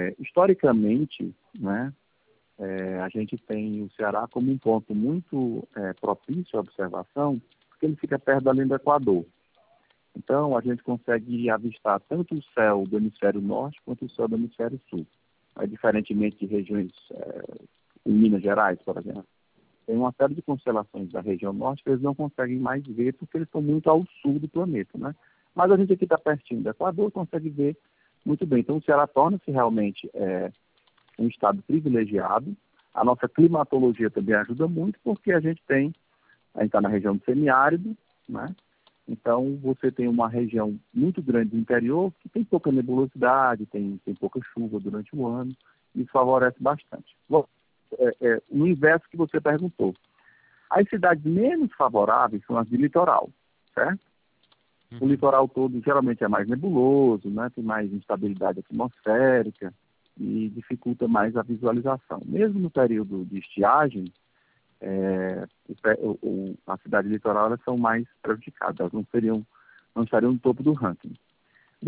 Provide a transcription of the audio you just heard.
Historicamente, né, a gente tem o Ceará como um ponto muito propício à observação, porque ele fica perto da linha do Equador. Então, a gente consegue avistar tanto o céu do hemisfério norte quanto o céu do hemisfério sul. Diferentemente de regiões em Minas Gerais, por exemplo. Tem uma série de constelações da região norte que eles não conseguem mais ver porque eles estão muito ao sul do planeta, né? Mas a gente aqui está pertinho do Equador, consegue ver muito bem. Então, o Ceará torna-se realmente um estado privilegiado. A nossa climatologia também ajuda muito, porque a gente está na região do semiárido, né? Então, você tem uma região muito grande do interior que tem pouca nebulosidade, tem pouca chuva durante o ano, e isso favorece bastante. Bom, no inverso que você perguntou, as cidades menos favoráveis são as de litoral, certo? O litoral todo geralmente é mais nebuloso, né? Tem mais instabilidade atmosférica e dificulta mais a visualização. Mesmo no período de estiagem, a cidade litoral elas são mais prejudicadas, elas não estariam no topo do ranking.